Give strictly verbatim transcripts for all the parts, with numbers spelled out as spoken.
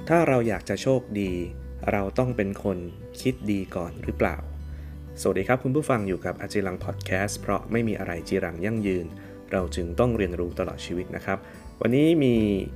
ถ้าเราอยากจะโชคดีเราต้องเป็นคนคิดดีก่อนหรือเปล่าสวัสดีครับคุณผู้ฟังอยู่กับอาจิรังพอดแคสต์เพราะไม่มีอะไรจีรังยั่งยืนเราจึงต้องเรียนรู้ตลอดชีวิตนะครับวันนี้มี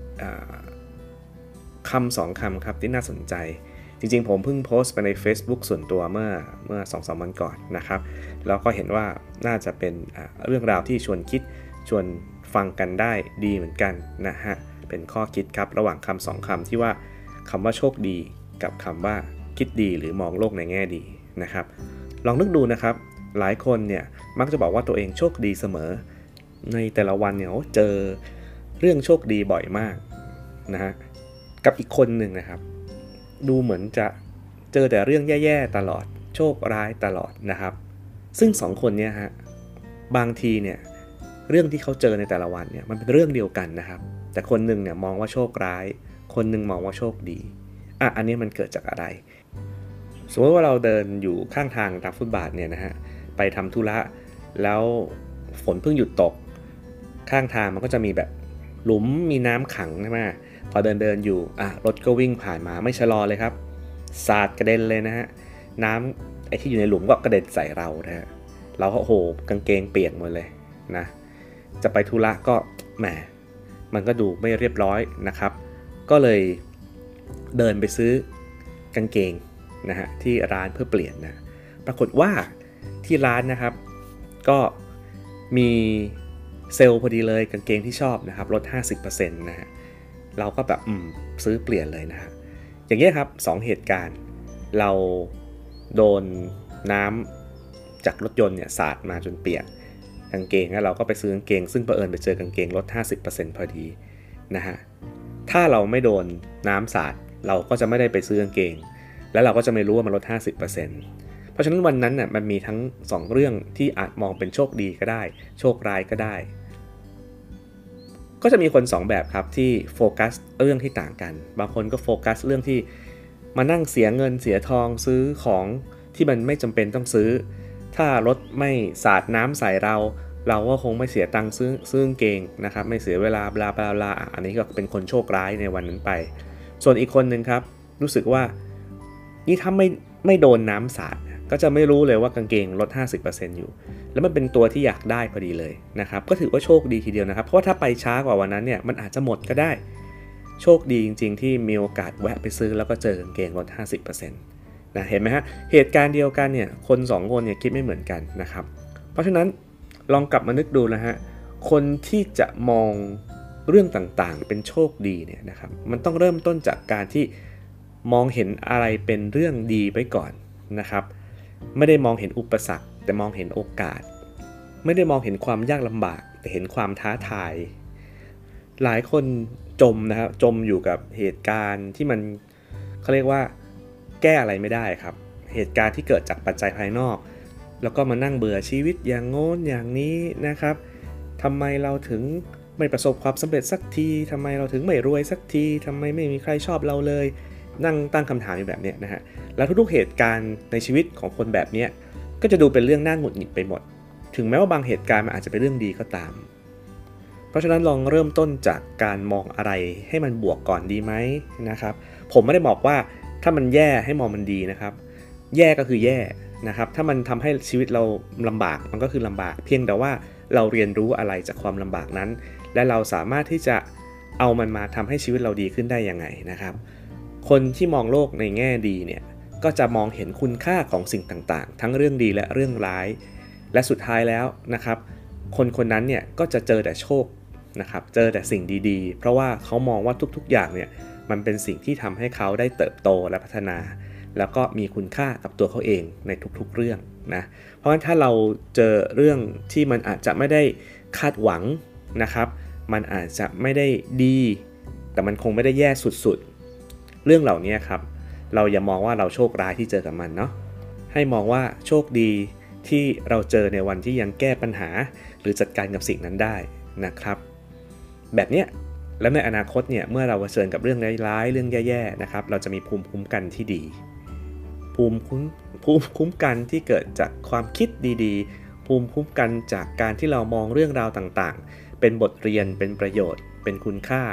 คำสองคำครับที่น่าสนใจจริงๆผมเพิ่งโพสต์ไปใน Facebook ส่วนตัวเมื่อเมื่อ สองถึงสาม วันก่อนนะครับแล้วก็เห็นว่าน่าจะเป็นเรื่องราวที่ชวนคิดชวนฟังกันได้ดีเหมือนกันนะฮะเป็นข้อคิดครับระหว่างคำสองคำที่ว่าคำว่าโชคดีกับคำว่าคิดดีหรือมองโลกในแง่ดีนะครับลองนึกดูนะครับหลายคนเนี่ยมักจะบอกว่าตัวเองโชคดีเสมอในแต่ละวันเนี่ยเจอเรื่องโชคดีบ่อยมากนะฮะกับอีกคนหนึ่งนะครับดูเหมือนจะเจอแต่เรื่องแย่ๆตลอดโชคร้ายตลอดนะครับซึ่งสองคนเนี่ยฮะบางทีเนี่ยเรื่องที่เขาเจอในแต่ละวันเนี่ยมันเป็นเรื่องเดียวกันนะครับแต่คนหนึ่งเนี่ยมองว่าโชคร้ายคนหนึ่งมองว่าโชคดีอ่ะอันนี้มันเกิดจากอะไรสมมติว่าเราเดินอยู่ข้างทางตามฟุตบาทเนี่ยนะฮะไปทำธุระแล้วฝนเพิ่งหยุดตกข้างทางมันก็จะมีแบบหลุมมีน้ำขังใช่ไหมพอเดินเดินอยู่อ่ะรถก็วิ่งผ่านมาไม่ชะลอเลยครับสาดกระเด็นเลยนะฮะน้ำไอ้ที่อยู่ในหลุมก็กระเด็นใส่เรานะฮะเราก็โอ้โหกางเกงเปียกหมดเลยนะจะไปธุระก็แหมมันก็ดูไม่เรียบร้อยนะครับก็เลยเดินไปซื้อกางเกงนะฮะที่ร้านเพื่อเปลี่ยนนะปรากฏว่าที่ร้านนะครับก็มีเซลล์พอดีเลยกางเกงที่ชอบนะครับลด ห้าสิบเปอร์เซ็นต์ นะฮะเราก็แบบอืมซื้อเปลี่ยนเลยนะฮะอย่างเงี้ยครับสองเหตุการณ์เราโดนน้ำจากรถยนต์เนี่ยสาดมาจนเปียกกางเกงแล้วเราก็ไปซื้อกางเกงซึ่งเผอิญไปเจอกางเกงลด ห้าสิบเปอร์เซ็นต์ พอดีนะฮะถ้าเราไม่โดนน้ำสาดเราก็จะไม่ได้ไปซื้อกางเกงแล้วเราก็จะไม่รู้ว่ามันลด ห้าสิบเปอร์เซ็นต์ เพราะฉะนั้นวันนั้นน่ะมันมีทั้งสองเรื่องที่อาจมองเป็นโชคดีก็ได้โชคร้ายก็ได้ก็จะมีคนสองแบบครับที่โฟกัสเรื่องที่ต่างกันบางคนก็โฟกัสเรื่องที่มานั่งเสียเงินเสียทองซื้อของที่มันไม่จำเป็นต้องซื้อถ้ารถไม่สาดน้ำใส่เราเราก็คงไม่เสียตังค์ซื้อซื้อกางเกงนะครับไม่เสียเวลาบลาบลาบลาอันนี้ก็เป็นคนโชคร้ายในวันนั้นไปส่วนอีกคนนึงครับรู้สึกว่านี่ถ้าไม่ไม่โดนน้ำสาดก็จะไม่รู้เลยว่ากางเกงลด ห้าสิบเปอร์เซ็นต์ อยู่แล้วมันเป็นตัวที่อยากได้พอดีเลยนะครับก็ถือว่าโชคดีทีเดียวนะครับเพราะว่าถ้าไปช้ากว่าวันนั้นเนี่ยมันอาจจะหมดก็ได้โชคดีจริงๆที่มีโอกาสแวะไปซื้อแล้วก็เจอกางเกงลด ห้าสิบเปอร์เซ็นต์ นะเห็นไหมฮะเหตุการณ์เดียวกันเนี่ยคนสองคนเนี่ยคิดไม่เหมือนกันนะครับเพราะฉะนั้นลองกลับมานึกดูนะฮะคนที่จะมองเรื่องต่างๆเป็นโชคดีเนี่ยนะครับมันต้องเริ่มต้นจากการที่มองเห็นอะไรเป็นเรื่องดีไว้ก่อนนะครับไม่ได้มองเห็นอุปสรรคแต่มองเห็นโอกาสไม่ได้มองเห็นความยากลำบากแต่เห็นความท้าทายหลายคนจมนะครับจมอยู่กับเหตุการณ์ที่มันเขาเรียกว่าแก้อะไรไม่ได้ครับเหตุการณ์ที่เกิดจากปัจจัยภายนอกแล้วก็มานั่งเบื่อชีวิตอย่างโน้นอย่างนี้นะครับทำไมเราถึงไม่ประสบความสำเร็จสักทีทำไมเราถึงไม่รวยสักทีทำไมไม่มีใครชอบเราเลยนั่งตั้งคำถามอยู่แบบนี้นะฮะแล้วทุกๆเหตุการณ์ในชีวิตของคนแบบนี้ก็จะดูเป็นเรื่องน่าหงุดหงิดไปหมดถึงแม้ว่าบางเหตุการณ์มันอาจจะเป็นเรื่องดีก็ตามเพราะฉะนั้นลองเริ่มต้นจากการมองอะไรให้มันบวกก่อนดีไหมนะครับผมไม่ได้บอกว่าถ้ามันแย่ให้มองมันดีนะครับแย่ก็คือแย่นะครับถ้ามันทำให้ชีวิตเราลำบากมันก็คือลำบากเพียงแต่ว่าเราเรียนรู้อะไรจากความลำบากนั้นและเราสามารถที่จะเอามันมาทำให้ชีวิตเราดีขึ้นได้ยังไงนะครับคนที่มองโลกในแง่ดีเนี่ยก็จะมองเห็นคุณค่าของสิ่งต่างๆทั้งเรื่องดีและเรื่องร้ายและสุดท้ายแล้วนะครับคนคนนั้นเนี่ยก็จะเจอแต่โชคนะครับเจอแต่สิ่งดีๆเพราะว่าเขามองว่าทุกๆอย่างเนี่ยมันเป็นสิ่งที่ทำให้เขาได้เติบโตและพัฒนาแล้วก็มีคุณค่ากับตัวเขาเองในทุกๆเรื่องนะเพราะฉะนั้นถ้าเราเจอเรื่องที่มันอาจจะไม่ได้คาดหวังนะครับมันอาจจะไม่ได้ดีแต่มันคงไม่ได้แย่สุดๆเรื่องเหล่านี้ครับเราอย่ามองว่าเราโชคร้ายที่เจอกับมันเนาะให้มองว่าโชคดีที่เราเจอในวันที่ยังแก้ปัญหาหรือจัดการกับสิ่งนั้นได้นะครับแบบเนี้ยแล้วในอนาคตเนี่ยเมื่อเราเผชิญกับเรื่องร้ายๆเรื่องแย่ๆนะครับเราจะมีภูมิคุ้มกันที่ดีภูมิคุ้มภูมิคุ้มกันที่เกิดจากความคิดดีๆภูมิคุ้มกันจากการที่เรามองเรื่องราวต่างๆเป็นบทเรียนเป็นประโยชน์เป็นคุณค่า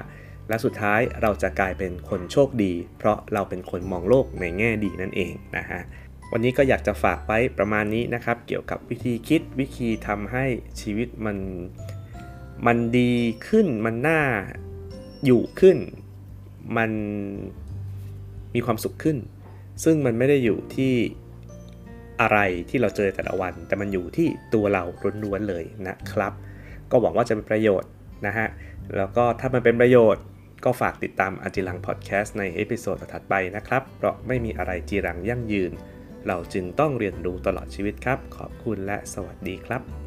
และสุดท้ายเราจะกลายเป็นคนโชคดีเพราะเราเป็นคนมองโลกในแง่ดีนั่นเองนะฮะวันนี้ก็อยากจะฝากไว้ประมาณนี้นะครับเกี่ยวกับวิธีคิดวิธีทำให้ชีวิตมันมันดีขึ้นมันน่าอยู่ขึ้นมันมีความสุขขึ้นซึ่งมันไม่ได้อยู่ที่อะไรที่เราเจอแต่ละวันแต่มันอยู่ที่ตัวเราล้วนๆเลยนะครับก็หวังว่าจะเป็นประโยชน์นะฮะแล้วก็ถ้ามันเป็นประโยชน์ก็ฝากติดตามอาจิรังพอดแคสต์ในเอพิโซดถัดไปนะครับเพราะไม่มีอะไรจีรังยั่งยืนเราจึงต้องเรียนรู้ตลอดชีวิตครับขอบคุณและสวัสดีครับ